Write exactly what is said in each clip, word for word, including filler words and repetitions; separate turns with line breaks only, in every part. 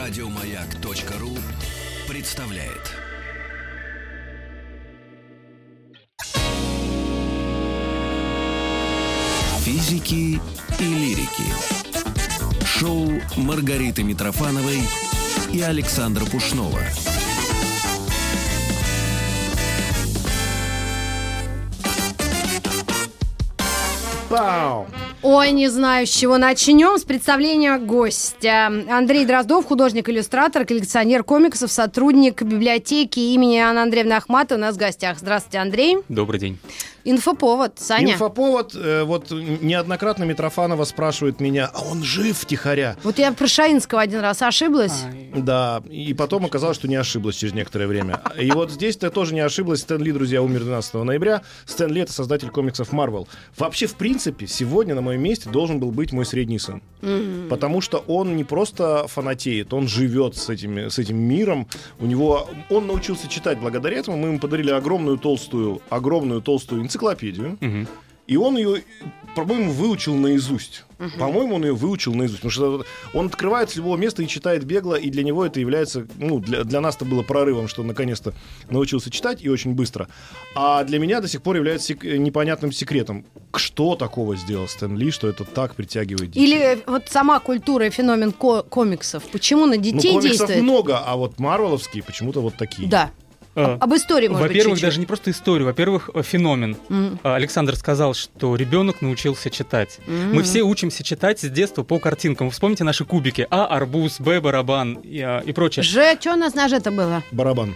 Радиомаяк.ру представляет. Физики и лирики. Шоу Маргариты Митрофановой и Александра Пушнова.
Пау!
Ой, не знаю, с чего начнем. С представления гостя. Андрей Дроздов, художник-иллюстратор, коллекционер комиксов, сотрудник библиотеки имени Анны Андреевны Ахматовой у нас в гостях. Здравствуйте, Андрей.
Добрый день.
Инфоповод, Саня.
Инфоповод. Э, вот неоднократно Митрофанова спрашивает меня, а он жив втихаря?
Вот я про Шаинского один раз ошиблась.
Ай.
Да, и потом оказалось, что не ошиблась через некоторое время. И вот здесь-то тоже не ошиблась. Стэн Ли, друзья, умер двенадцатого ноября. Стэн Ли — это создатель комиксов Marvel. Вообще, в принципе, сегодня на моем месте должен был быть мой средний сын. Mm-hmm. Потому что он не просто фанатеет, он живет с, этими, с этим миром. У него, он научился читать благодаря этому. Мы ему подарили огромную толстую, огромную толстую энциклопедию. Mm-hmm. И он ее, по-моему, выучил наизусть. Uh-huh. По-моему, он ее выучил наизусть. Потому что он открывает с любого места и читает бегло. И для него это является... Ну, для, для нас это было прорывом, что он наконец-то научился читать и очень быстро. А для меня до сих пор является сек- непонятным секретом. Что такого сделал Стэн Ли, что это так притягивает детей?
Или вот сама культура и феномен ко- комиксов. Почему на детей
ну, комиксов
действует?
много, а вот марвеловские почему-то вот такие.
Да.
А,
Об истории, может
Во-первых,
быть, чуть-чуть.
даже не просто историю, во-первых, феномен.
Mm.
Александр сказал, что ребенок научился читать.
Mm.
Мы все учимся читать с детства по картинкам. Вы вспомните наши кубики. А, арбуз, Б, барабан и, и прочее.
Ж, что у нас на Ж-то было?
Барабан.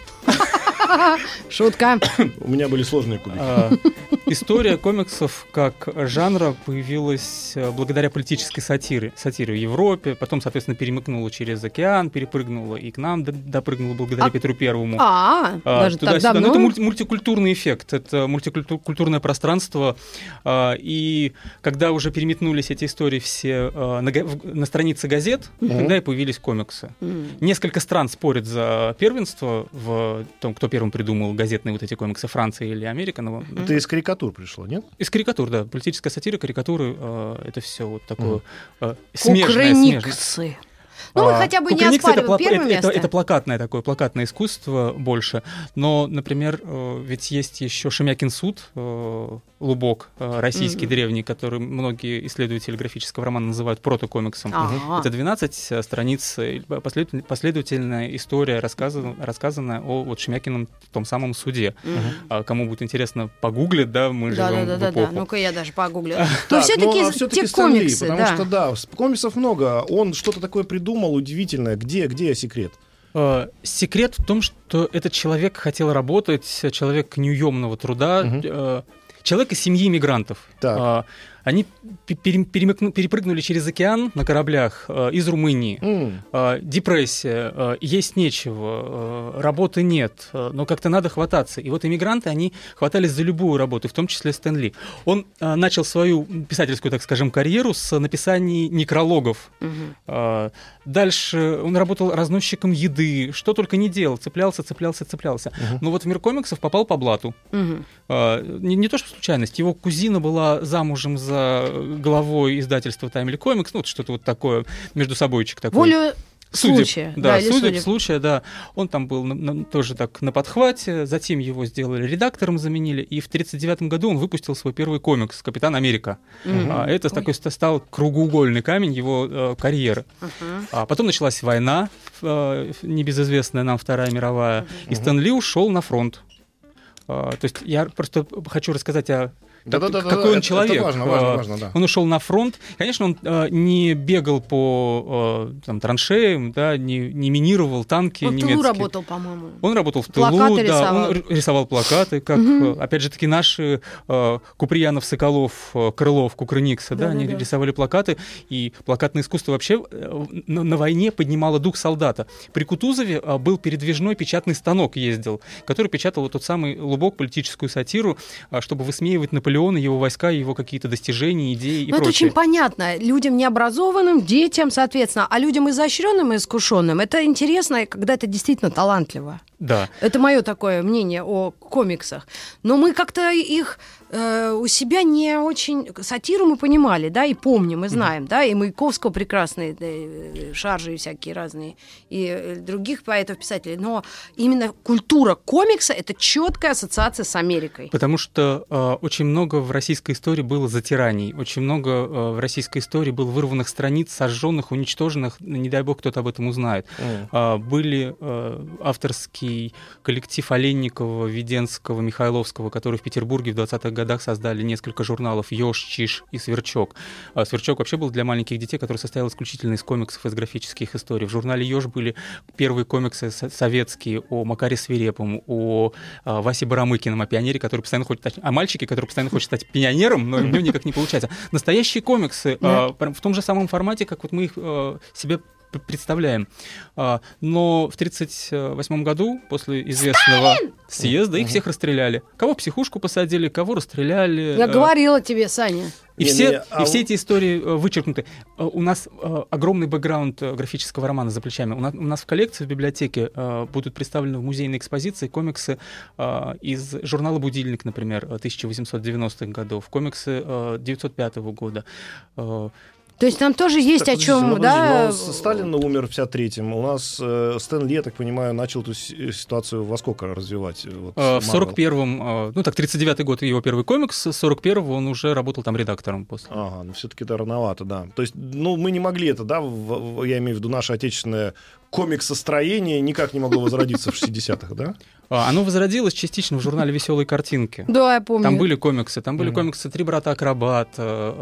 Шутка.
У меня были сложные кубики.
А, история комиксов как жанра появилась благодаря политической сатире. Сатире в Европе, потом, соответственно, перемыкнула через океан, перепрыгнула и к нам допрыгнула благодаря
а,
Петру Первому.
А,
а
даже так
туда-сюда.
давно?
Ну, это мульти- мультикультурный эффект, это мультикультурное пространство. А, и когда уже переметнулись эти истории все а, на, на странице газет, mm-hmm. тогда и появились комиксы. Mm-hmm. Несколько стран спорят за первенство в том, кто первым придумал газетные вот эти комиксы, Франция или Америка. Но...
Это из карикатур пришло, нет?
Из карикатур, да. Политическая сатира, карикатуры, э, это все вот такое
Mm.
э, смежное,
Кукрыниксы. Ну, мы
а,
хотя бы не
Кукрыниксы — это,
оспариваем
пла-
первое
это,
место.
это, это плакатное такое, плакатное искусство больше. Но, например, э, ведь есть еще Шемякин суд, э, Лубок, э, российский mm-hmm. древний, который многие исследователи графического романа называют протокомиксом.
А-а-а.
Это двенадцать страниц, послед, последовательная история, рассказана, рассказанная о вот Шемякином том самом суде. Mm-hmm. А, кому будет интересно, погуглит, да, мы
да,
живем
да,
в
да,
эпоху.
да. Ну-ка я даже погуглю.
Так,
Но все-таки
ну, а все-таки
те
Стэн Ли,
комиксы,
потому
да.
что, да, комиксов много. Он что-то такое придумал удивительное. Где, где секрет?
Секрет в том, что этот человек хотел работать, человек неуемного труда, угу. человек из семьи мигрантов.
Так.
Они перемыкну, перепрыгнули через океан на кораблях э, из Румынии. Mm. Э, депрессия, э, есть нечего, э, работы нет, э, но как-то надо хвататься. И вот иммигранты, они хватались за любую работу, в том числе Стэн Ли. Он э, начал свою писательскую, так скажем, карьеру с написания некрологов. Mm-hmm. Э, дальше он работал разносчиком еды, что только не делал, цеплялся, цеплялся, цеплялся. Mm-hmm. Но вот в мир комиксов попал по блату. Mm-hmm. Э, не, не то, что случайность, его кузина была замужем за главой издательства Timely Comics, ну, вот что-то вот такое, между собойчик такой.
Волю
судеб,
случая.
Да,
да,
судеб,
судеб.
случая, да. Он там был на, на, тоже так на подхвате, затем его сделали редактором, заменили, и в тридцать девятом году он выпустил свой первый комикс «Капитан Америка». Mm-hmm. А, это такой стал кругоугольный камень его э, карьеры. Uh-huh. А потом началась война, э, небезызвестная нам Вторая мировая, uh-huh. и Стэн Ли ушел на фронт. А, то есть я просто хочу рассказать о
Да, да, да,
какой
да,
он
это,
человек.
Это важно, важно, важно, да.
Он ушел на фронт. Конечно, он э, не бегал по э, там, траншеям, да, не, не минировал танки
он
немецкие.
Он в тылу работал, по-моему.
Он работал в тылу,
плакаты
да,
рисовал.
он рисовал плакаты, как, угу. опять же таки, наши э, Куприянов, Соколов, Крылов, Кукрыниксы, да, да, они да. рисовали плакаты, и плакатное искусство вообще э, на, на войне поднимало дух солдата. При Кутузове э, был передвижной печатный станок, ездил, который печатал вот тот самый Лубок, политическую сатиру, э, чтобы высмеивать Наполеона, его войска, его какие-то достижения, идеи и
Но
прочее.
Это очень понятно. Людям необразованным, детям, соответственно, а людям изощренным и искушенным это интересно, когда это действительно талантливо.
Да.
Это мое такое мнение о комиксах. Но мы как-то их э, у себя не очень... Сатиру мы понимали, да, и помним, и знаем, mm-hmm. да, и Маяковского прекрасные да, шаржи всякие разные, и э, других поэтов-писателей, но именно культура комикса — это четкая ассоциация с Америкой.
Потому что э, очень много в российской истории было затираний, очень много э, в российской истории было вырванных страниц, сожженных, уничтоженных, не дай бог кто-то об этом узнает. Mm. Э, были э, авторский коллектив Оленникова, Веденского, Михайловского, которые в Петербурге в двадцатых годах создали несколько журналов «Ёж», «Чиж» и «Сверчок». А «Сверчок» вообще был для маленьких детей, который состоял исключительно из комиксов, из графических историй. В журнале «Ёж» были первые комиксы советские о Макаре Свирепом, о а, Васе Барамыкином, о пионере, который постоянно хочет стать... о мальчике, который постоянно хочет стать пионером, но у него никак не получается. Настоящие комиксы а, в том же самом формате, как вот мы их а, себе представляем. Но в тысяча девятьсот тридцать восьмом году, после известного Сталин! съезда, их всех расстреляли. Кого в психушку посадили, кого расстреляли.
Я говорила тебе, Саня.
И, не, все, не, а... и все эти истории вычеркнуты. У нас огромный бэкграунд графического романа за плечами. У нас, у нас в коллекции, в библиотеке будут представлены в музейной экспозиции комиксы из журнала «Будильник», например, тысяча восемьсот девяностых годов, комиксы девятьсот пятого года.
То есть там тоже есть так, о чем,
ну,
да?
Ну, Сталин умер в пятьдесят третьем. У нас э, Стэн Ли, я так понимаю, начал эту ситуацию во сколько развивать? Вот,
а, в сорок первом, ну так, тридцать девятый год его первый комикс, с сорок первого он уже работал там редактором после.
Ага, ну все-таки это рановато, да. То есть, ну, мы не могли это, да, в, в, я имею в виду наше отечественное комиксостроение никак не могло возродиться в шестидесятых, да?
Оно возродилось частично в журнале «Веселые картинки».
Да, я помню.
Там были комиксы. Там были mm-hmm. комиксы «Три брата-акробат»,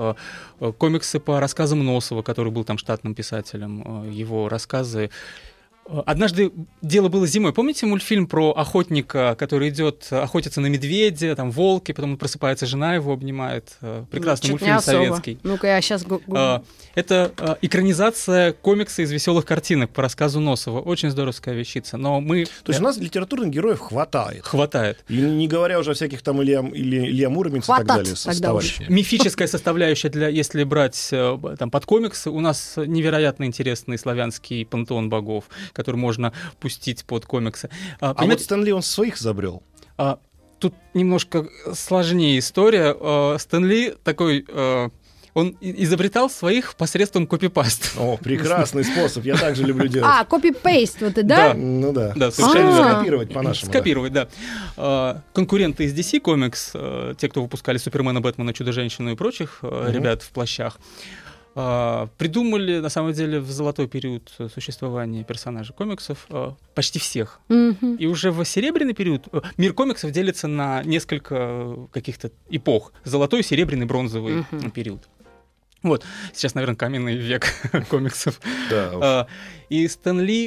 комиксы по рассказам Носова, который был там штатным писателем, его рассказы. Однажды дело было зимой. Помните мультфильм про охотника, который идет охотиться на медведя, там волки, потом он просыпается, жена его обнимает. Прекрасный
ну,
мультфильм советский.
Ну-ка, я сейчас гуглю.
Это экранизация комикса из «Веселых картинок» по рассказу Носова. Очень здоровская вещица. Но мы...
То есть у нас литературных героев хватает.
Хватает.
И не говоря уже о всяких там Илья, Илья Муромец и так далее. Со
Мифическая составляющая, для, если брать там, под комиксы, у нас невероятно интересный славянский пантеон богов, который можно пустить под комиксы.
А, а вот Стэн Ли, он своих изобрел?
А, тут немножко сложнее история. А, Стэн Ли такой... А, он изобретал своих посредством копипаст.
О, прекрасный способ, я также люблю делать.
А, копипейст, вот и да?
Да, ну да.
Да, совершенно
верно. Скопировать по-нашему.
Скопировать, да. да. Конкуренты из ди си Comics, те, кто выпускали Супермена, Бэтмена, Чудо-женщину и прочих угу. ребят в плащах, придумали, на самом деле, в золотой период существования персонажей комиксов почти всех. Mm-hmm. И уже в серебряный период мир комиксов делится на несколько каких-то эпох. Золотой, серебряный, бронзовый mm-hmm. период. Вот. Сейчас, наверное, каменный век комиксов.
Да.
И Стэн Ли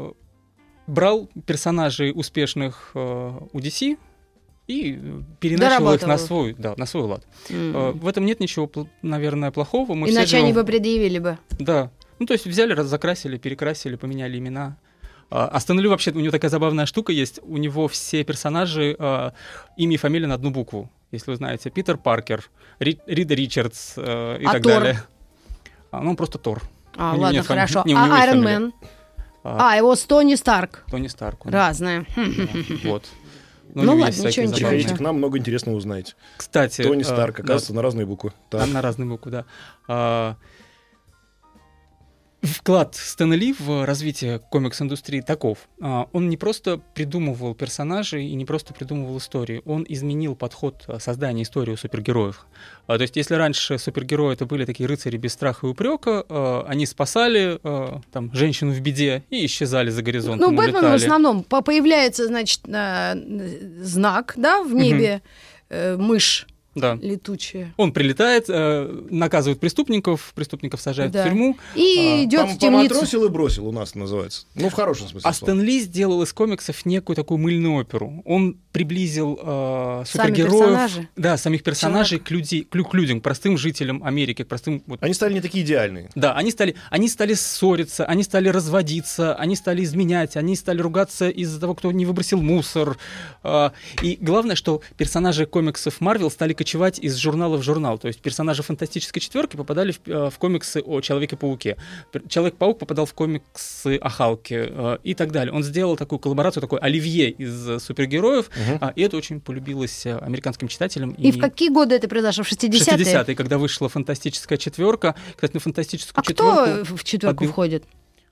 брал персонажей успешных у ди си, и переначивал их на свой, да, на свой лад. Mm-hmm. В этом нет ничего, наверное, плохого. Мы
Иначе
живем...
они бы предъявили бы.
Да. Ну, то есть взяли, закрасили, перекрасили, поменяли имена. А Стэн Ли вообще, у него такая забавная штука есть. У него все персонажи, а, имя и фамилия на одну букву. Если вы знаете, Питер Паркер, Ри, Рид Ричардс а, и
а
так
Тор?
далее. А, ну, он просто Тор.
А, ладно, хорошо. Фами... А Айрон Мэн? А, а, его Тони Старк.
Тони Старк. Он...
Разное.
Вот.
Ну, ну ладно, ничего, ничего.
Приходите к нам, много интересного узнаете.
Кстати...
Тони Старк,
э,
оказывается, да, на разные буквы.
Да, на разные буквы, да. А, вклад Стэна Ли в развитие комикс-индустрии таков. А, он не просто придумывал персонажей и не просто придумывал истории. Он изменил подход создания истории у супергероев. А, то есть, если раньше супергерои это были такие рыцари без страха и упрека, а, они спасали а, там, женщину в беде и исчезали за горизонтом.
Ну, Бэтмен в основном появляется, значит, знак, да, в небе, mm-hmm. мышь.
Да.
Летучая.
Он прилетает, э, наказывает преступников, преступников сажают да. в тюрьму.
И а, идет в темницу.
Поматросил и бросил у нас называется. Ну, в хорошем смысле.
А Стэн Ли сделал из комиксов некую такую мыльную оперу. Он приблизил э, супергероев,
Сами
да, самих персонажей к, люди, к, к людям, к простым жителям Америки, к простым. Вот.
Они стали не такие идеальные.
Да, они стали, они стали ссориться, они стали разводиться, они стали изменять, они стали ругаться из-за того, кто не выбросил мусор. Э, и главное, что персонажи комиксов Марвел стали кочевать перекочевать из журнала в журнал. То есть персонажи «Фантастической четверки» попадали в, в комиксы о Человеке-пауке. Человек-паук попадал в комиксы о Халке и так далее. Он сделал такую коллаборацию, такой оливье из супергероев, угу. и это очень полюбилось американским читателям.
И, и в какие годы это произошло? В шестидесятые?
В шестидесятые, когда вышла «Фантастическая четверка». Кстати, на «Фантастическую
а
четверку»
кто в четверку подбил... входит?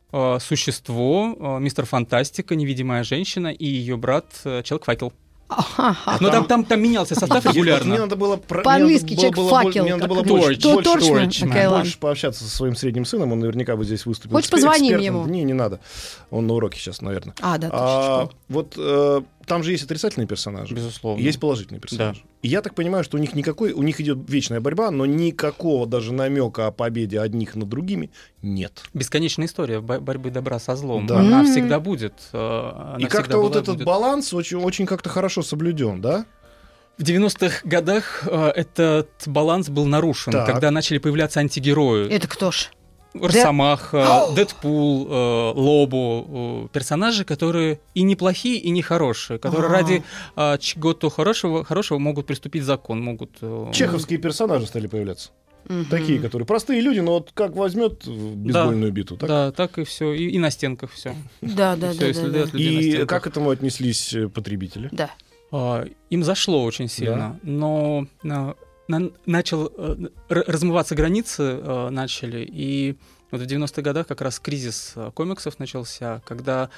Существо, Мистер Фантастика, невидимая женщина и ее брат Человек-факел.
Ага.
Но там, там, там менялся состав регулярно.
Мне надо было...
По-английски Человек-факел.
Мне надо было
больше,
больше,
точно.
больше,
Okay,
больше пообщаться со своим средним сыном. Он наверняка бы здесь выступил.
Хочешь, позвоним
экспертом.
ему?
Не, не надо. Он на уроке сейчас, наверное.
А, да,
а, вот э, там же есть отрицательные персонажи.
Безусловно.
Есть положительные персонажи.
Да.
И я так понимаю, что у них никакой... У них идет вечная борьба, но никакого даже намека о победе одних над другими нет.
Бесконечная история борьбы добра со злом.
Да.
Она
Mm-hmm.
всегда будет. Она
И как-то вот этот будет. баланс очень, очень как-то хорошо соблюден, да?
В девяностых годах э, этот баланс был нарушен, так. когда начали появляться антигерои.
Это кто ж?
Росомаха, Дэд... Дэдпул, э, Лобо, э, персонажи, которые и неплохие, и нехорошие, которые А-а-а. ради э, чего-то хорошего, хорошего могут приступить закон. Могут, э,
Чеховские персонажи стали появляться.
Угу.
Такие, которые простые люди, но вот как возьмет бейсбольную
да,
биту, так?
Да, так и все. И, и на стенках все.
Да, да, да.
да, да.
И как к этому отнеслись потребители?
Да.
Им зашло очень сильно, да. но на, на, начал размываться границы, начали, и вот в девяностых годах как раз кризис комиксов начался, когда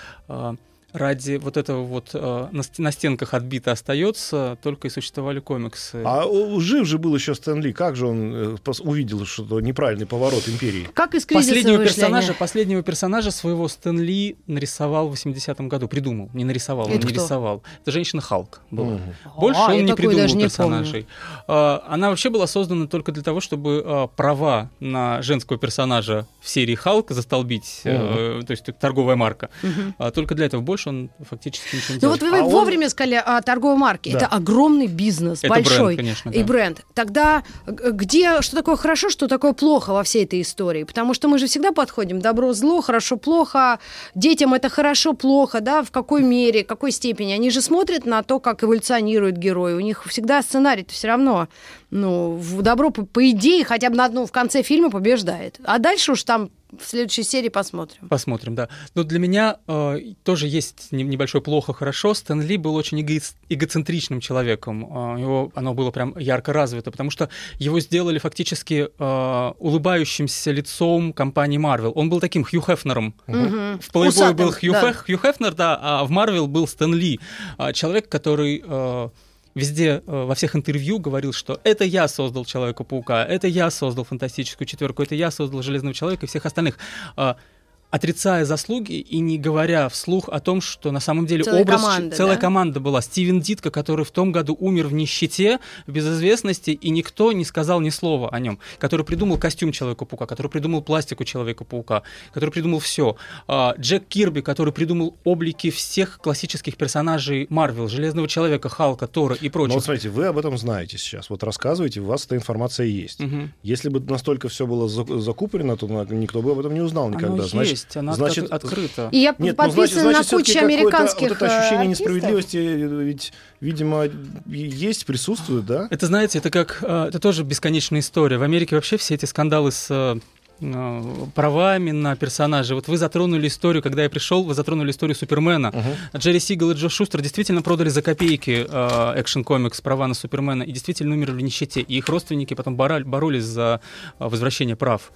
ради вот этого вот э, на, на стенках отбито остается, только и существовали комиксы.
А жив же был еще Стэн Ли. Как же он э, пос- увидел, что неправильный поворот империи?
Как из кризиса
последнего
вышли
персонажа,
они?
Последнего персонажа своего Стэн Ли нарисовал в восьмидесятом году. Придумал. Не нарисовал,
Это
он не
кто?
рисовал. Это женщина Халк была.
Угу.
Больше
а,
он не придумал
даже не
персонажей. А, она вообще была создана только для того, чтобы а, права на женского персонажа в серии Халк застолбить. Угу. А, то есть торговая марка. Угу. А, только для этого. Больше он фактически ничего не
ну
делает.
вот вы
а
вовремя
он...
сказали о торговой марке. Да. Это огромный бизнес,
это
большой.
Бренд, конечно,
и
да.
бренд. Тогда где, что такое хорошо, что такое плохо во всей этой истории? Потому что мы же всегда подходим добро-зло, хорошо-плохо, детям это хорошо-плохо, да, в какой мере, в какой степени. Они же смотрят на то, как эволюционируют герои. У них всегда сценарий-то все равно, ну, в добро, по, по идее, хотя бы на одну в конце фильма побеждает. А дальше уж там в следующей серии посмотрим.
Посмотрим, да. Но для меня э, тоже есть небольшое плохо-хорошо. Стэн Ли был очень эго- эгоцентричным человеком. Э, его, оно было прям ярко развито, потому что его сделали фактически э, улыбающимся лицом компании Marvel. Он был таким Хью Хефнером.
Угу.
В Playboy был Хью,
да.
Хеф, Хью Хефнер, да, а в Marvel был Стэн Ли. Э, человек, который... Э, везде, во всех интервью говорил, что это я создал Человека-паука, это я создал Фантастическую четверку, это я создал Железного человека и всех остальных. Отрицая заслуги и не говоря вслух о том, что на самом деле
целая
образ...
команда,
целая
да?
команда была. Стивен Дитко, который в том году умер в нищете, в безызвестности, и никто не сказал ни слова о нем. Который придумал костюм Человека-паука, который придумал пластику Человека-паука, который придумал все. Джек Кирби, который придумал облики всех классических персонажей Марвел, Железного человека, Халка, Тора и прочих.
Но вот смотрите, вы об этом знаете сейчас. Вот рассказываете, у вас эта информация есть.
Угу.
Если бы настолько все было закуплено, то никто бы об этом не узнал никогда.
Оно
Значит,
она
значит,
открыта.
И я
Нет,
подписана
ну, значит,
на
значит,
кучу американских
вот это ощущение
артистов.
несправедливости ведь, видимо, есть, присутствует, да?
Это, знаете, это как... Это тоже бесконечная история. В Америке вообще все эти скандалы с правами на персонажей. Вот вы затронули историю, когда я пришел, вы затронули историю Супермена. Uh-huh. Джерри Сигал и Джо Шустер действительно продали за копейки Action Comics права на Супермена и действительно умерли в нищете. И их родственники потом боролись за возвращение прав.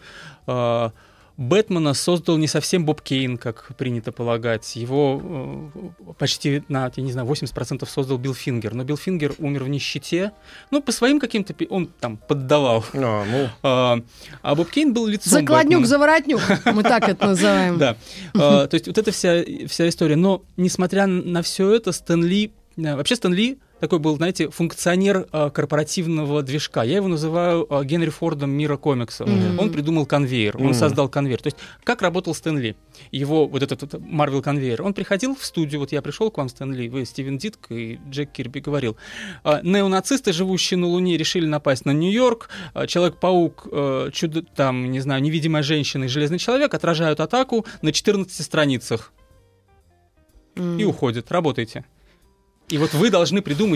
Бэтмена создал не совсем Боб Кейн, как принято полагать. Его э, почти на, я не знаю, восемьдесят процентов создал Билл Фингер. Но Билл Фингер умер в нищете. Ну, по своим каким-то... Он там поддавал.
А, ну.
а, а Боб Кейн был лицом
Закладнюк за воротнюк. Мы так это называем.
Да. То есть вот это вся история. Но, несмотря на все это, Стэн Ли... Вообще Стэн Ли такой был, знаете, функционер э, корпоративного движка. Я его называю э, Генри Фордом мира комиксов. Mm-hmm. Он придумал конвейер, он mm-hmm. создал конвейер. То есть как работал Стэн Ли? Его вот этот Marvel конвейер. Он приходил в студию, вот я пришел к вам, Стэн Ли, вы Стивен Дитко и Джек Кирби говорил. Э, неонацисты, живущие на Луне, решили напасть на Нью-Йорк. Э, Человек-паук, э, чудо, там, не знаю, невидимая женщина и Железный человек отражают атаку на четырнадцати страницах. Mm-hmm. И уходят. Работайте. И вот вы должны придумать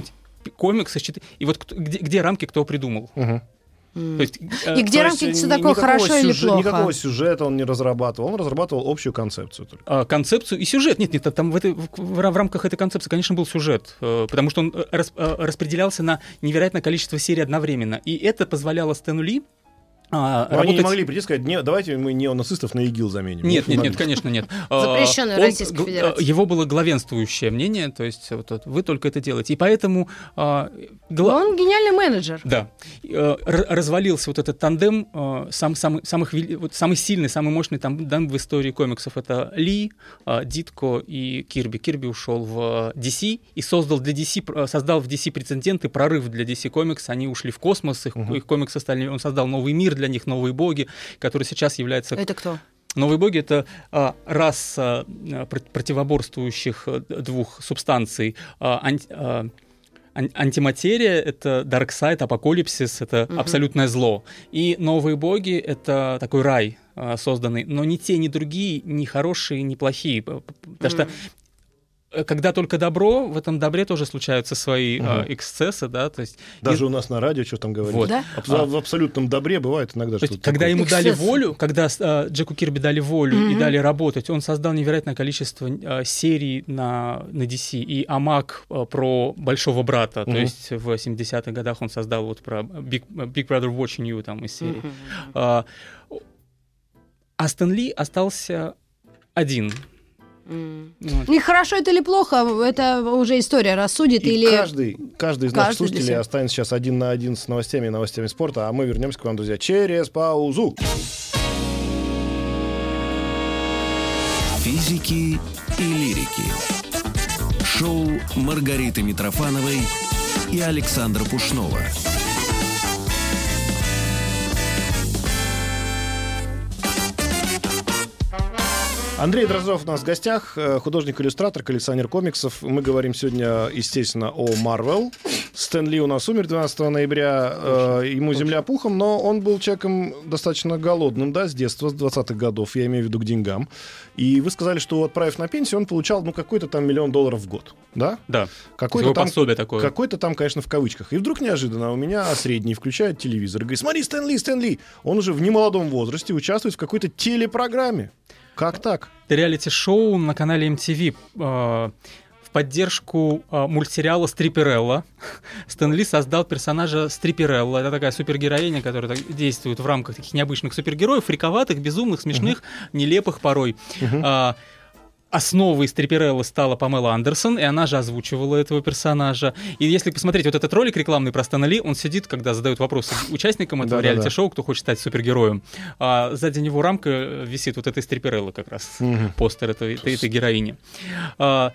комиксы, и вот кто, где, где рамки кто придумал.
Угу.
То есть,
и где рамки, что такое хорошо или плохо?
Никакого сюжета он не разрабатывал, он разрабатывал общую концепцию только.
А, концепцию и сюжет. Нет, нет, там в, этой, в, в рамках этой концепции, конечно, был сюжет, потому что он рас, распределялся на невероятное количество серий одновременно. И это позволяло Стэну Ли А,
работать... Они не могли прийти и сказать, не, давайте мы неонацистов на ИГИЛ заменим.
Нет, нет, нет, конечно, нет.
Запрещенная в Российской Федерации.
Его было главенствующее мнение, то есть вот, вот, вы только это делаете. И поэтому... А,
гла... Он гениальный менеджер.
Да. Развалился вот этот тандем, сам, самый, самых, вот, самый сильный, самый мощный тандем в истории комиксов. Это Ли, Дитко и Кирби. Кирби ушел в ди си и создал, для ди си, создал в ди си прецеденты, прорыв для ди си Comics. Они ушли в космос, их, uh-huh. их комиксы стали... Он создал новый мир, для них новые боги, которые сейчас являются...
Это кто?
Новые боги — это а, раса а, противоборствующих двух субстанций. А, анти, а, ан, антиматерия — это Дарксайд, Апокалипсис — это угу. абсолютное зло. И новые боги — это такой рай а, созданный. Но ни те, ни другие, ни хорошие, ни плохие. Потому угу. что когда только добро, в этом добре тоже случаются свои угу. э, эксцессы, да, то есть...
Даже
и...
у нас на радио что там говорят.
Вот.
Да?
А, в абсолютном добре бывает иногда
то
что-то
есть, когда
такое.
ему
Эксцессы.
дали волю, когда э, Джеку Кирби дали волю mm-hmm. и дали работать, он создал невероятное количество э, серий на, на ди си. И Амак э, про Большого Брата, mm-hmm. то есть в семидесятых годах он создал вот про Big, Big Brother Watching You там из серии. Mm-hmm. А, а Стэн Ли остался один.
Mm. Вот. И хорошо это или плохо, это уже история рассудит.
И
или...
каждый, каждый из наших
Каждый
слушателей останется сейчас один на один с новостями и новостями спорта, а мы вернемся к вам, друзья, через паузу.
Физики и лирики. Шоу Маргариты Митрофановой и Александра Пушнова.
Андрей Дроздов у нас в гостях, художник-иллюстратор, коллекционер комиксов. Мы говорим сегодня, естественно, о Marvel. Стэн Ли у нас умер двенадцатого ноября, э, ему земля пухом, но он был человеком достаточно голодным, да, с детства, с двадцатых годов, я имею в виду к деньгам. И вы сказали, что, отправив на пенсию, он получал, ну, какой-то там миллион долларов в год, да?
Да,
какой-то там,
пособие такое.
Какой-то там, конечно, в кавычках. И вдруг неожиданно у меня средний включает телевизор и говорит, смотри, Стэн Ли, Стэн Ли, он уже в немолодом возрасте участвует в какой-то телепрограмме. Как так?
Это реалити-шоу на канале эм ти ви. Э, в поддержку э, мультсериала «Стрипперелла». Стэн Ли создал персонажа Стрипперелла. Это такая супергероиня, которая так, действует в рамках таких необычных супергероев, фриковатых, безумных, смешных, uh-huh. нелепых порой. Uh-huh. Э, Основой Стриппереллы стала Памела Андерсон, и она же озвучивала этого персонажа. И если посмотреть вот этот ролик рекламный про Стэна Ли, он сидит, когда задают вопросы участникам этого реалити-шоу, кто хочет стать супергероем. А сзади него рамка висит вот этой Стриппереллы как раз, угу. постер этой, этой, этой героини. А,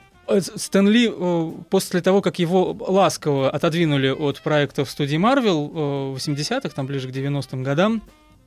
Стэн Ли, после того, как его ласково отодвинули от проектов студии Marvel в восьмидесятых, там ближе к девяностым годам,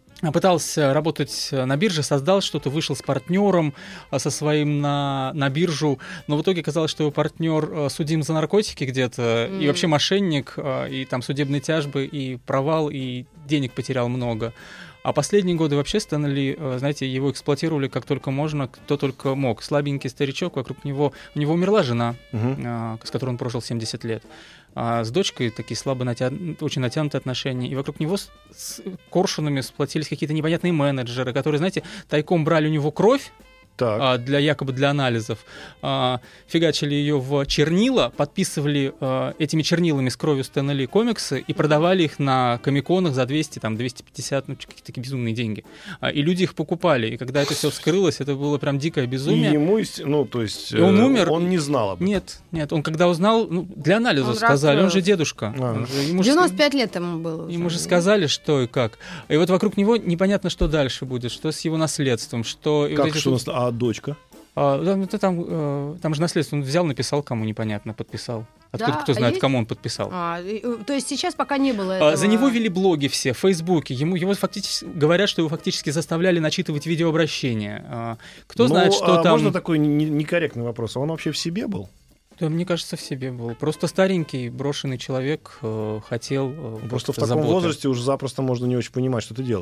пытался работать на бирже, создал что-то, вышел с партнером со своим на, на биржу, но в итоге оказалось, что его партнер судим за наркотики где-то, mm. и вообще мошенник, и там судебные тяжбы, и провал, и денег потерял много. А последние годы вообще Стэн Ли, знаете, его эксплуатировали как только можно, кто только мог. Слабенький старичок, вокруг него... У него умерла жена, uh-huh. с которой он прожил семьдесят лет. А с дочкой такие слабо натя... очень натянутые отношения. И вокруг него с, с коршунами сплотились какие-то непонятные менеджеры, которые, знаете, тайком брали у него кровь, а, для якобы для анализов, а, фигачили ее в чернила, подписывали а, этими чернилами с кровью Стэна Ли комиксы и продавали их на комиконах за двести, там, двести пятьдесят, ну, какие-то такие безумные деньги. А, и люди их покупали. И когда это все вскрылось, это было прям дикое безумие.
И ему, ну, то есть,
и он умер.
Он не знал об этом.
Нет, нет, он когда узнал, ну, для анализа он сказали, расстроился. Он же дедушка. А. Он же, ему
девяносто пять лет ему было. Уже.
Ему же сказали, что и как. И вот вокруг него непонятно, что дальше будет, что с его наследством, что...
Как
вот
что? Тут... А дочка?
А, там, там, там же наследство, он взял, написал, кому непонятно, подписал. Откуда,
да?
кто знает,
а
кому он подписал.
А, то есть сейчас пока не было этого...
А, за него вели блоги все, в Фейсбуке. Ему, его фактически, говорят, что его фактически заставляли начитывать видеообращения. А, кто ну, знает, что а там...
Можно такой некорректный вопрос? А он вообще в себе был?
Да, мне кажется, в себе был. Просто старенький, брошенный человек э, хотел... Э,
Просто в таком заботы. Возрасте уже запросто можно не очень понимать, что ты делаешь.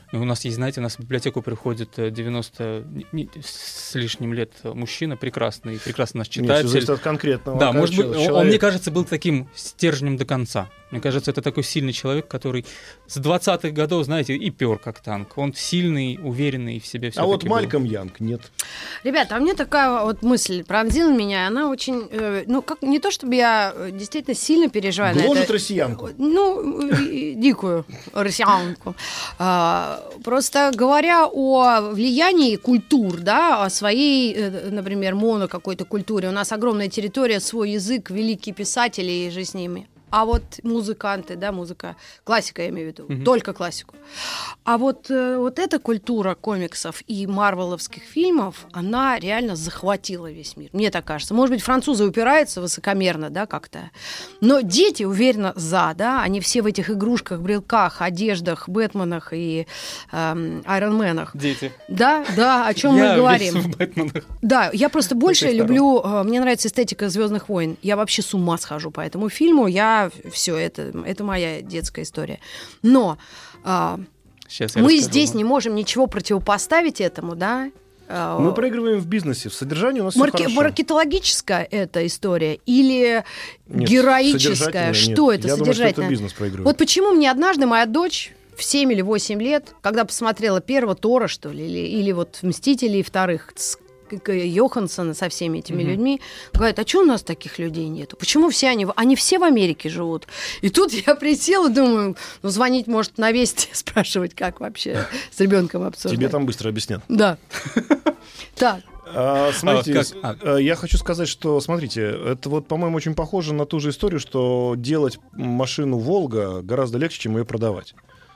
И у нас есть, знаете, у нас в библиотеку приходит девяносто с лишним лет мужчина, прекрасный, прекрасный наш читатель.
Нет, все зависит от конкретного.
Да, может быть,
человека.
он, мне кажется, был таким стержнем до конца. Мне кажется, это такой сильный человек, который с двадцатых годов, знаете, и пер как танк. Он сильный, уверенный в себе.
А вот
был.
Малькольм Янг нет.
Ребята, а мне такая вот мысль пронзила меня, она очень, э, ну, как не то, чтобы я действительно сильно переживаю на это.
Гложет россиянку.
Ну, и, и, дикую россиянку. А, просто говоря о влиянии культур, да, о своей, э, например, моно какой-то культуре, у нас огромная территория, свой язык, великие писатели и же с ними. А вот музыканты, да, музыка, классика я имею в виду, mm-hmm. только классику. А вот, э, вот эта культура комиксов и марвеловских фильмов, она реально захватила весь мир. Мне так кажется. Может быть, французы упираются высокомерно, да, как-то. Но дети уверенно за, да, они все в этих игрушках, брелках, одеждах, Бэтменах и эм, Айронменах.
Дети.
Да, да, о чем
я
мы говорим.
весь в Бэтменах.
Да, я просто больше люблю, э, мне нравится эстетика «Звездных войн». Я вообще с ума схожу по этому фильму. Я все, это, это моя детская история. Но а, мы здесь вам. не можем ничего противопоставить этому, да?
Мы проигрываем в бизнесе, в содружении у нас
Марки-
все хорошо.
Маркетологическая эта история или нет, героическая? Что
нет.
это
Я
содержательное?
думаю, что это бизнес проигрывает.
Вот почему мне однажды моя дочь в семь или восемь лет, когда посмотрела первого Тора, что ли, или, или вот «Мстителей» вторых, Йоханссона со всеми этими mm-hmm. людьми, говорят, а что у нас таких людей нету? Почему все они... Они все в Америке живут. И тут я присела, думаю, ну, звонить, может, на Вести, спрашивать, как вообще с ребенком обсуждать.
Тебе там быстро объяснят.
Да. Так.
А, смотрите,
а, как?
я хочу сказать, что, смотрите, это вот, по-моему, очень похоже на ту же историю, что делать машину «Волга» гораздо легче, чем ее продавать.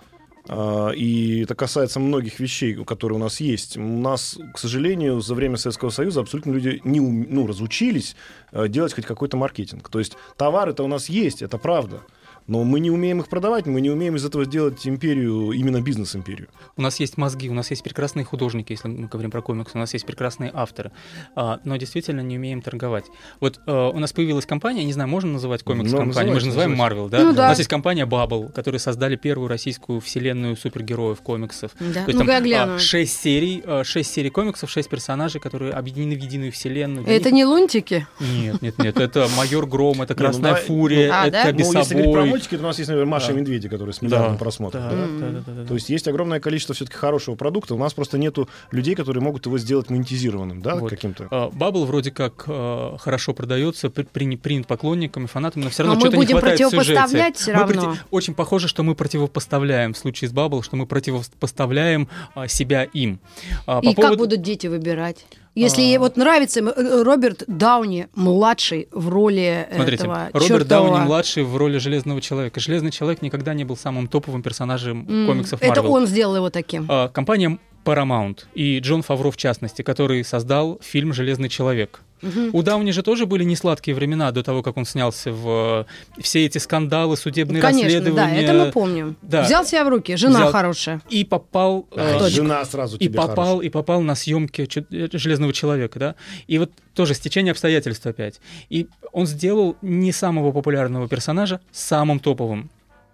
И это касается многих вещей, которые у нас есть. У нас, к сожалению, за время Советского Союза абсолютно люди не ум... ну, разучились делать хоть какой-то маркетинг. То есть товары-то у нас есть, это правда. Но мы не умеем их продавать, мы не умеем из этого сделать империю, именно бизнес-империю.
У нас есть мозги, у нас есть прекрасные художники, если мы говорим про комиксы, у нас есть прекрасные авторы, а, но действительно не умеем торговать. Вот а, у нас появилась компания, не знаю, можно называть комикс-компанией, мы же называем Marvel, да?
Ну, да?
У нас есть компания Bubble, которые создали первую российскую вселенную супергероев комиксов.
Да.
То есть,
ну-ка,
там,
я гляну.
а, шесть серий, а, шесть серий комиксов, шесть персонажей, которые объединены в единую вселенную.
Это
них...
не лунтики?
Нет, нет, нет, это Майор Гром, это Красная
Не, ну,
Фурия,
а,
это
да?
Ну, если говорить про
Бесобой.
мультики, то у нас есть, например, Маша
Да.
и Медведи, которые с миллиардом
Да.
просмотров.
Да,
Да?
да, да, да, да.
То есть есть огромное количество все-таки хорошего продукта. У нас просто нету людей, которые могут его сделать монетизированным, да,
Вот.
каким-то.
Бабл вроде как э, хорошо продается, при, при, принят поклонниками, фанатами, но все равно
Но мы
что-то не
будем
хватает в сюжете.
противопоставлять всё
Мы
равно.
проти- Очень похоже, что мы противопоставляем в случае с Бабл, что мы противопоставляем а, себя им. А,
И
по
как
поводу...
будут дети выбирать? Если
А.
ей вот нравится э, Роберт Дауни младший в роли
Смотрите,
этого
Роберт
чёртового-
Дауни младший в роли Железного человека. Железный человек никогда не был самым топовым персонажем
М,
комиксов
Это
Marvel.
он сделал его таким.
А, Компания Paramount и Джон Фавро в частности, который создал фильм «Железный человек».
Мгм.
У Дауни же тоже были несладкие времена до того, как он снялся в э, все эти скандалы, судебные
Конечно, да,
расследования.
это мы помним.
Да.
Взял себя в руки, жена
Взял.
хорошая.
И попал... э,
Кто?
Жена сразу
и
тебе
попал,
хорошая.
и попал на съемки Чу- э, Железного человека, да. И вот тоже стечение обстоятельств опять. И он сделал не самого популярного персонажа самым топовым.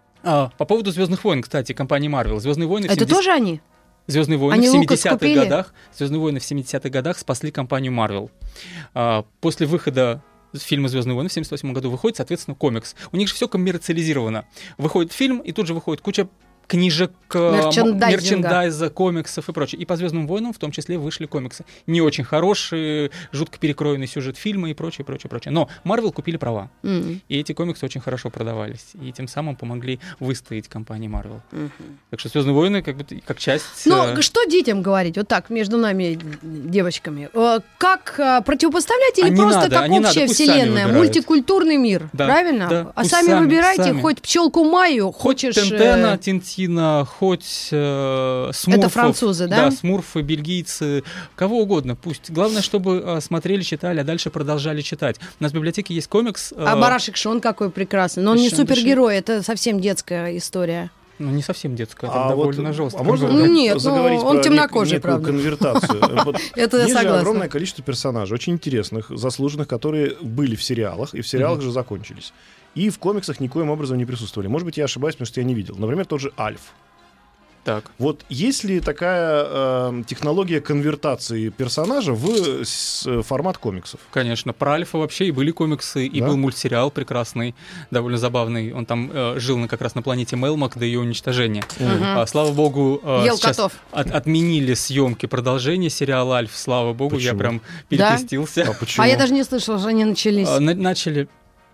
А, по поводу Звездных войн, кстати, компании Marvel. Звездные войны в
Это
семидесятых
тоже они?
Звездные войны
Они
в
Лукас
семидесятых
купили?
годах. Звездные войны в семидесятых годах спасли компанию Marvel. А, после выхода фильма «Звездные войны» в семьдесят восьмом году выходит, соответственно, комикс. У них же все коммерциализировано. Выходит фильм, и тут же выходит куча книжек,
Мерчендайзинга.
мерчендайза, комиксов и прочее. И по «Звездным войнам» в том числе вышли комиксы. Не очень хорошие, жутко перекроенный сюжет фильма и прочее, прочее, прочее. Но Marvel купили права.
М.
И эти комиксы очень хорошо продавались. И тем самым помогли выстоять компании Marvel.
Мгм.
Так что «Звездные войны» как, бы, как часть...
Ну,
э,
что детям говорить, вот так, между нами, девочками? Э, Как э, противопоставлять или
А не
просто
надо,
как
а не надо,
общая
пусть сами
вселенная,
выбирают.
мультикультурный мир,
Да,
правильно?
да,
А
пусть
сами,
сами,
выбирайте,
сами.
хоть пчелку Майю,
Хоть
хочешь...
Тентена,
э,
Тинтина, хоть э, Смурфов.
французы, да?
Да, Смурфы, бельгийцы, кого угодно. Пусть. Главное, чтобы э, смотрели, читали, а дальше продолжали читать. У нас в библиотеке есть комикс. э,
А Барашек Шон какой прекрасный. Но он не
Шон,
супергерой, это совсем детская история.
Ну, не совсем детская,
А
это
вот,
довольно жестко.
а можно
Ну, нет,
заговорить
ну, он
про
темнокожий,
нек- некую
правда.
конвертацию? Вот
Это я
есть же
согласна.
огромное количество персонажей, очень интересных, заслуженных, которые были в сериалах, и в сериалах же закончились. И в комиксах никоим образом не присутствовали. Может быть, я ошибаюсь, потому что я не видел. Например, тот же Альф.
Так.
Вот есть ли такая э, технология конвертации персонажа в с, формат комиксов?
Конечно. Про Альфа вообще и были комиксы, и
Да?
был мультсериал прекрасный, довольно забавный. Он там э, жил на, как раз на планете Мелмак до ее уничтожения.
Мгм.
А, слава богу, э,
Ел
сейчас
котов.
от- отменили съемки продолжения сериала «Альф». Слава богу, я
Почему?
прям перекрестился.
А почему?
А я даже не слышала, что они начались.
А, на- Начали...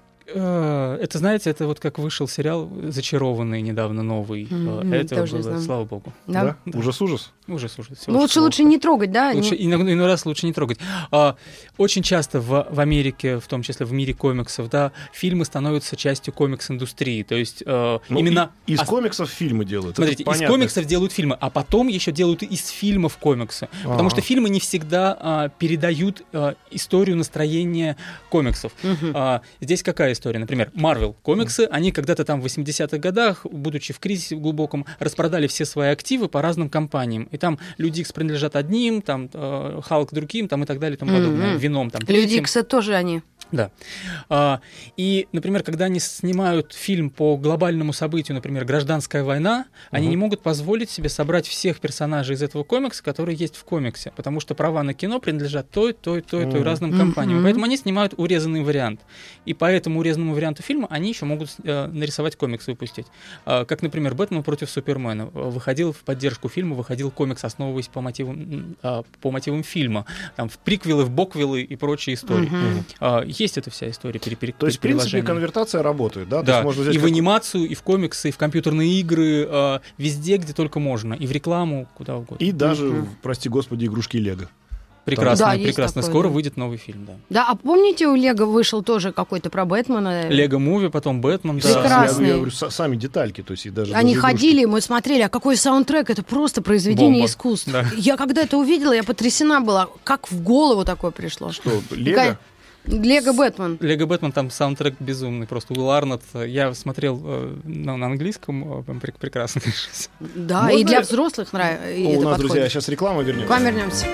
э, Это, знаете, это вот как вышел сериал «Зачарованный» недавно новый.
Мгм,
Э, Это
тоже не
было,
знаю.
слава богу.
Да?
Да? Ужас-ужас?
Ужас, ужас. всё
Ну,
очень
лучше
плохо.
лучше не трогать, да?
Лучше,
Не-
иной, иной раз лучше не трогать. А, очень часто в, в Америке, в том числе в мире комиксов, да, фильмы становятся частью комикс-индустрии. То есть э,
Ну,
именно...
и- из
ос-
комиксов фильмы делают.
Смотрите,
это
из
понятно.
комиксов делают фильмы, а потом еще делают из фильмов комиксы. Потому
А.
что фильмы не всегда а, передают а, историю настроения комиксов.
Мгм.
А, здесь какая история? Например, Marvel комиксы, они когда-то там в восьмидесятых годах, будучи в кризисе глубоком, распродали все свои активы по разным компаниям. И там Люди Икс принадлежат одним, там э, Халк другим, там и так далее и тому подобное.
Мгм.
Вином там
Люди
третьим.
Икс это тоже они.
Да. А, и, например, когда они снимают фильм по глобальному событию, например, «Гражданская война», они
Мгм.
не могут позволить себе собрать всех персонажей из этого комикса, которые есть в комиксе, потому что права на кино принадлежат той, той, той, той
Мгм.
разным
Мгм.
компаниям. Поэтому они снимают урезанный вариант. И по этому урезанному варианту фильма они еще могут э, нарисовать комикс и выпустить. А, как, например, «Бэтмен против Супермена». Выходил в поддержку фильма, выходил комикс, основываясь по мотивам, м, а, по мотивам фильма. Там, в приквелы, в боквелы и прочие истории.
Мгм.
А, есть эта вся история пере- пере-
То есть, в принципе,
переложения.
конвертация работает, да? То
Да,
есть можно взять
и в
как-
анимацию, и в комиксы, и в компьютерные игры, а, везде, где только можно, и в рекламу, куда угодно.
И даже,
Мгм.
прости господи, игрушки Лего.
Прекрасно,
Да, есть
прекрасно.
такое,
Скоро
да.
выйдет новый фильм, да.
Да, а помните, у Лего вышел тоже какой-то про Бэтмена?
Лего Муви, потом Бэтмен, да.
Прекрасный.
Я, я говорю, са- сами детальки, то есть и даже
Они
даже игрушки.
ходили, мы смотрели, а какой саундтрек, это просто произведение
Бомба.
искусств.
Да.
Я когда это увидела, я потрясена была, как в голову такое пришло.
Что, Лего?
Лего Бэтмен.
Лего Бэтмен, там саундтрек безумный, просто Уилл Арнотт. Я смотрел э, на, на английском, э, прям прек- прекрасно.
Да,
Можно
и для
я-
взрослых нравится.
О, у нас, друзья, сейчас реклама вернемся.
К вам вернемся.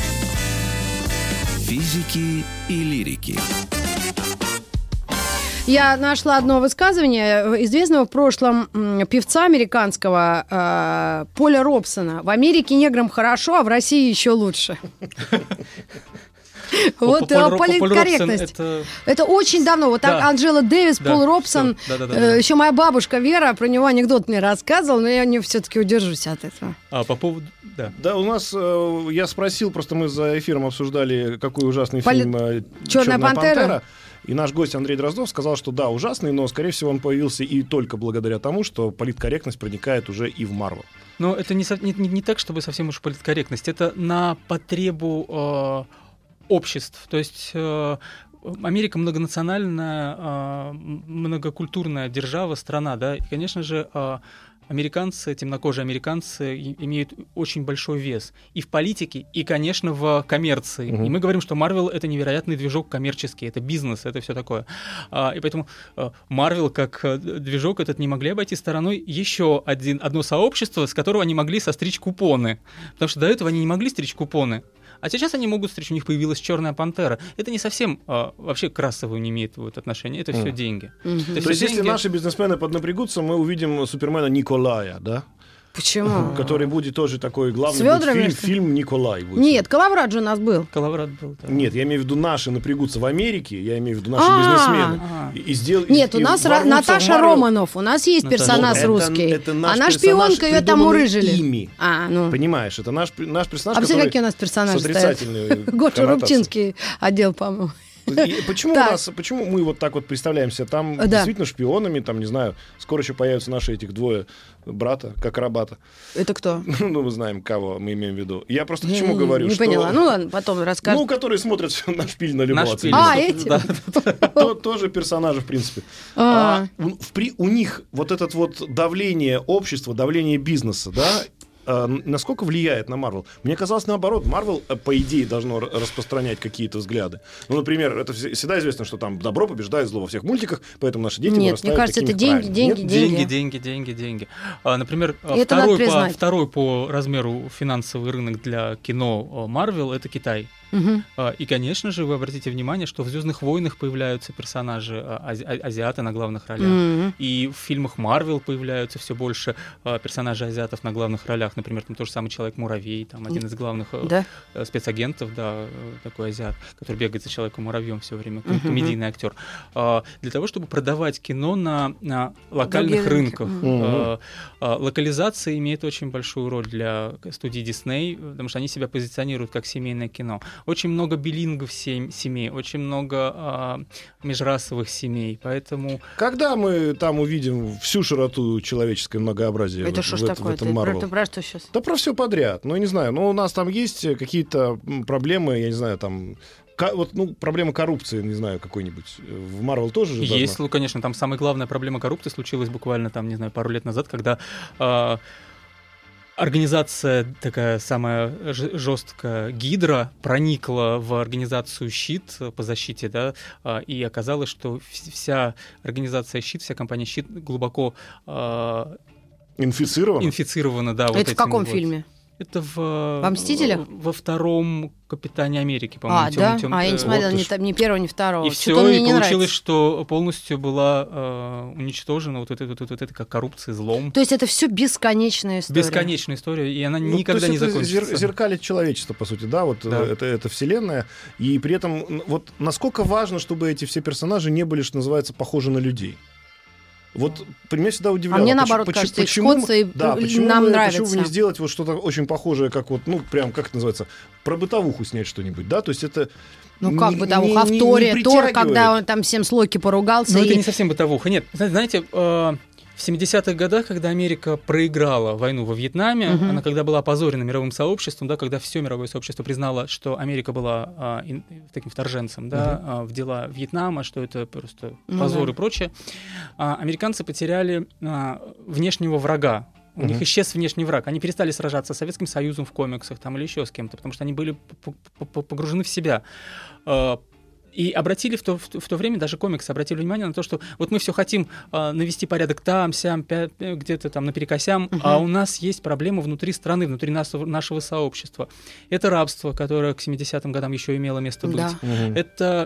Физики и лирики.
Я нашла одно высказывание известного в прошлом м, певца американского э, Поля Робсона. В Америке неграм хорошо, а в России еще лучше. Вот
Пол-
э,
Пол- Пол-
политкорректность.
Пол Робсон — это-
Это очень давно. Вот так
Да.
Анджела Дэвис,
Да,
Пол Робсон.
всё. Да-да-да-да.
Еще моя бабушка Вера про него анекдот мне рассказывала, но я не все-таки удержусь от этого.
А, по поводу... Да.
Да, у нас, э, я спросил, просто мы за эфиром обсуждали, какой ужасный
Поли-
фильм э,
«Чёрная пантера».
И наш гость Андрей Дроздов сказал, что да, ужасный, но, скорее всего, он появился и только благодаря тому, что политкорректность проникает уже и в Марвел.
Но это не, со- не, не- не так, чтобы совсем уж политкорректность. Это на потребу э, обществ. То есть э, Америка многонациональная, э, м- многокультурная держава, страна, да, и, конечно же, э, американцы, темнокожие американцы и- имеют очень большой вес и в политике, и, конечно, в коммерции.
Мгм.
И мы говорим, что Marvel — это невероятный движок коммерческий, это бизнес, это все такое. А, и поэтому Marvel как э, движок этот не могли обойти стороной еще один, одно сообщество, с которого они могли состричь купоны. Потому что до этого они не могли стричь купоны. А сейчас они могут стричь, у них появилась «Черная пантера». Это не совсем а, вообще к расовому не имеет вот отношения, это все
Мгм.
деньги.
Мгм.
Это
То
всё
есть, если
деньги.
наши бизнесмены поднапрягутся, мы увидим Супермена Николая, да?
Почему?
Который будет тоже такой главный
С
будет
ведрами,
фильм,
что ли?
фильм Николай будет.
Нет, Коловрадж у нас был.
Коловрат был, да.
Нет, я имею в виду наши напрягутся в Америке, я имею в виду наши
А.
бизнесмены.
А.
И, и сдел-
Нет,
и
у нас Ра-
ворвутся в
Наташа
Marvel.
Романов, у нас есть
Наташа
персонаж
Это-
русский.
это наш
Она
персонаж,
шпионка, ее там
придуманный
урыжили.
ими.
А, ну.
Понимаешь, это наш, наш персонаж,
А посмотри,
который
какие у нас персонажи
с
стоят.
отрицательной
Гоша
коннотацией.
Рубчинский отдел, по-моему.
И почему, у
Так.
нас, почему мы вот так вот представляемся? Там
Да.
действительно шпионами, там, не знаю, скоро еще появятся наши этих двое брата, как акробата.
Это кто?
Ну, мы знаем, кого мы имеем в виду. Я просто к
Я
чему
не-
говорю,
Не
что...
поняла. Ну ладно, потом расскажешь.
Ну, которые смотрят всё на шпиль на любого
На шпиль.
А,
цвета.
эти?
Да.
То- Тоже персонажи, в принципе.
А.
А у, в при- у них вот это вот давление общества, давление бизнеса, да, а, н- насколько влияет на Марвел? Мне казалось, наоборот, Марвел, э, по идее, должно р- распространять какие-то взгляды. Ну, например, это вс- всегда известно, что там добро побеждает зло во всех мультиках, поэтому наши дети
Нет,
вырастают
мне кажется,
такими
это деньги,
правильными.
деньги,
Нет?
деньги.
Деньги, деньги, деньги, деньги. А, например, а,
Это
второй,
надо
по,
признать.
второй по размеру финансовый рынок для кино Marvel — это Китай.
Мгм.
А, И, конечно же, вы обратите внимание, что в «Звездных войнах» появляются персонажи а, ази- а- азиаты на главных ролях.
Мгм.
И в фильмах Марвел появляются все больше а, персонажей азиатов на главных ролях. Например, там тот же самый Человек-муравей, там один из главных э,
Да?
э, спецагентов, да, э, такой азиат, который бегает за Человеком-муравьем все время, ком-
Мгм.
комедийный актер. А, Для того, чтобы продавать кино на, на локальных
Другие рынки.
рынках.
Мгм.
А, а, Локализация имеет очень большую роль для студии Disney, потому что они себя позиционируют как семейное кино. Очень много билингов сем- семей, очень много а, межрасовых семей, поэтому...
Когда мы там увидим всю широту человеческое многообразие
Это
в,
что
в
ж
это- в
такое? Ты
этом
про,
Marvel?
ты про что сейчас?
Да про все подряд. Ну, я не знаю. Ну, у нас там есть какие-то м, проблемы, я не знаю, там... ко- Вот, ну, проблема коррупции, не знаю, какой-нибудь. В Marvel тоже же должна-
Есть, ну, конечно, там самая главная проблема коррупции случилась буквально там, не знаю, пару лет назад, когда а, организация такая самая ж- жесткая Гидра проникла в организацию Щит по защите, да, а, и оказалось, что вс- вся организация Щит, вся компания Щит глубоко а,
Инфицирована?
инфицирована, да, вот
Это в
этим
каком
вот.
фильме?
Это в,
Во «Мстителях»?
Во втором «Капитане Америки», по-моему.
А,
тём-
да?
тём-
А, я не
э,
смотрела
вот
ни,
ты ж.
та- ни первого, ни второго.
И
Что-то
все,
мне
и
не
получилось,
нравится.
что полностью была э, уничтожена вот это, вот, это, вот это как коррупция, злом.
То есть это все бесконечная история.
Бесконечная история, и она
Ну,
никогда
то
не
есть это
закончится.
зер- зеркалит человечество, по сути, да, вот
Да.
э, Это, это вселенная. И при этом, н- вот насколько важно, чтобы эти все персонажи не были, что называется, похожи на людей. Вот меня всегда удивляло.
А мне,
поч-
наоборот,
поч-
кажется, их
почему,
сходство и
да,
п-
почему
нам
бы,
нравится.
Почему бы не сделать вот что-то очень похожее, как вот, ну, прям, как это называется, про бытовуху снять что-нибудь, да? То есть это...
Ну как
не-
бытовуха?
не-
А
не-
в Торе,
не
Тор,
притягивает.
когда он там всем с Локи поругался.
Но
и...
это не совсем бытовуха. Нет, знаете, э, в семидесятых годах, когда Америка проиграла войну во Вьетнаме,
Мгм.
она когда была опозорена мировым сообществом, да, когда все мировое сообщество признало, что Америка была а, ин- таким вторженцем, да, а, в дела Вьетнама, что это просто
Ну
позор
да.
и прочее, а, американцы потеряли а, внешнего врага. У
Мгм.
них исчез внешний враг. Они перестали сражаться с Советским Союзом в комиксах там, или еще с кем-то, потому что они были п- п- п- погружены в себя. А, И обратили в то, в, то- в то время, даже комиксы обратили внимание на то, что вот мы все хотим а, навести порядок там, сям, пя- пя- где-то там наперекосям,
Мгм.
а у нас есть проблема внутри страны, внутри нас- нашего сообщества. Это рабство, которое к семидесятым годам еще имело место быть.
Да.
Мгм.
Это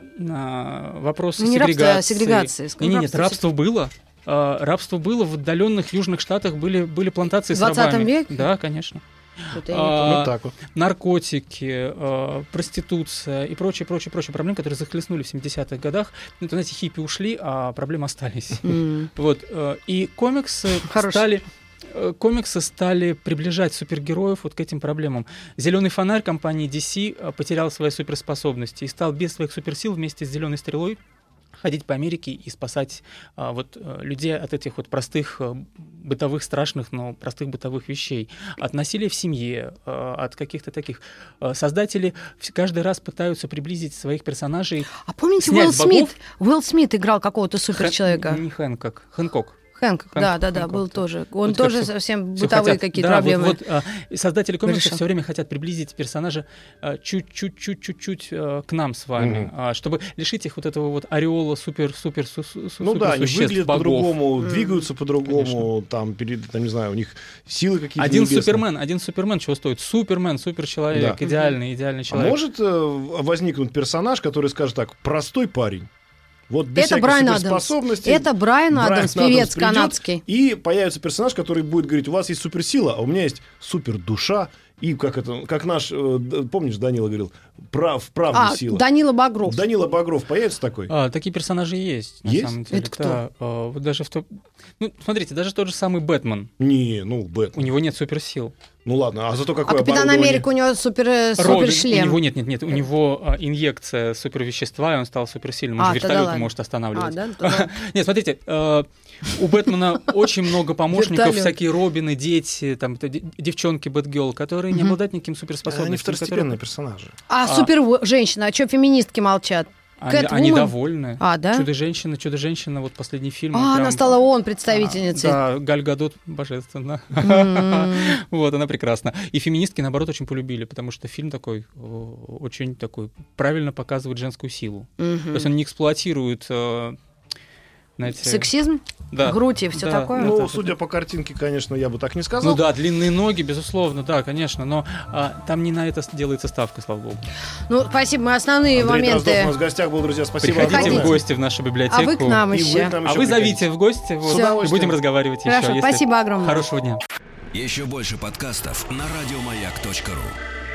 а, вопросы
Ну, не рабство, а
сегрегации.
сегрегация.
Не, не, нет,
Рабство
рабство было. А, рабство было в отдаленных южных штатах, были, были плантации
В
с рабами.
двадцатом веке?
Да, конечно.
Вот я не
А,
помню.
Вот так вот.
Наркотики, э, проституция и прочие, прочие, прочие проблемы, которые захлестнули в семидесятых годах. Ну, знаете, хиппи ушли, а проблемы остались.
М.
Вот. э, И комиксы
Хороший.
стали... э, Комиксы стали приближать супергероев вот к этим проблемам. Зеленый фонарь компании ди си э, потерял свои суперспособности и стал без своих суперсил вместе с Зеленой стрелой ходить по Америке и спасать а, вот, э, людей от этих вот простых э, бытовых, страшных, но простых бытовых вещей. От насилия в семье, э, от каких-то таких. Э, создатели вс- каждый раз пытаются приблизить своих персонажей.
А помните,
снять
Уилл
с богов?
Смит? Уилл Смит играл какого-то суперчеловека.
Хэн- Не Хэнкок, Хэнкок.
Хэнк,
Хэнк-
да, да, да,
Хэнкок,
был
да.
тоже. Он
Вот как
тоже
всё-
совсем
Всё
бытовые
хотят-
какие-то
да,
проблемы.
Вот, вот, а, и создатели комиксов
решил.
все время хотят приблизить персонажа а, чуть-чуть, чуть-чуть, чуть а, к нам с вами,
Мгм.
а, чтобы лишить их вот этого вот ореола супер, супер, су, су-
Ну да, они
суперсуществ,
выглядят
богов.
по-другому,
М.
двигаются по-другому, там, перед, там, не знаю, у них силы какие-то
Один
небесные.
Супермен, один Супермен чего стоит? Супермен, суперчеловек,
Да.
идеальный, идеальный
А
человек.
может э, возникнуть персонаж, который скажет так: простой парень, вот без
Это
всяких
Брайан Адамс.
суперспособностей.
Это Брайан
Брайан
Адамс,
Адамс
певец
придет,
канадский.
И появится персонаж, который будет говорить: у вас есть суперсила, а у меня есть супердуша. И как это, как наш, э, д- помнишь, Данила говорил, прав, правда
А,
сила.
Данила Багров.
Данила Багров появится такой?
А, такие персонажи есть, на
Есть?
самом деле.
Это кто?
Да, а, вот даже в то... Ну, смотрите, даже тот же самый Бэтмен.
Не, ну,
У
Бэтмен.
него нет суперсил.
Ну ладно, а зато
А
какое
Капитан
оборудование?
Америка у него супер, э,
Робин,
супершлем.
у него нет, нет, нет, у него а, инъекция супервещества, и он стал суперсильным. Он
А,
же
тогда
вертолеты
ладно.
может
А,
останавливать.
да? Тогда-
Нет, смотрите, э, у Бэтмена очень много помощников,
Вертолет.
всякие Робины, дети, там, это де- девчонки Бэтгерл, которые не
Мгм.
обладают никаким
Они
суперспособностями.
второстепенные
которые-
персонажи.
А,
А.
супер женщина, а что феминистки молчат?
Они,
Кэтвумен?
они довольны.
А, да?
Чудо-женщина, Чудо-женщина, вот последний фильм.
А,
прям-
она стала ООН представительницей.
А, Да, Галь Гадот божественно.
М.
Вот, она прекрасна. И феминистки, наоборот, очень полюбили, потому что фильм такой, о, очень такой, правильно показывает женскую силу. То
Мгм.
есть он не эксплуатирует э, знаете.
Сексизм?
Да.
Грудь и все
Да.
такое?
Ну,
Это-
судя по картинке, конечно, я бы так не сказал.
Ну да, длинные ноги, безусловно, да, конечно, но а, там не на это делается ставка, слава богу.
Ну, спасибо, мы основные
Андрей Дроздов у
моменты.
нас в гостях был, друзья, спасибо
Приходите
огромное.
в гости в нашу библиотеку.
А вы к нам
И вы
еще.
к нам
А
еще
вы
приходите.
зовите в гости, вот,
С
и
удовольствием.
будем разговаривать
Хорошо,
еще. если-
спасибо огромное.
Хорошего дня.
Еще больше подкастов на радиомаяк точка ру.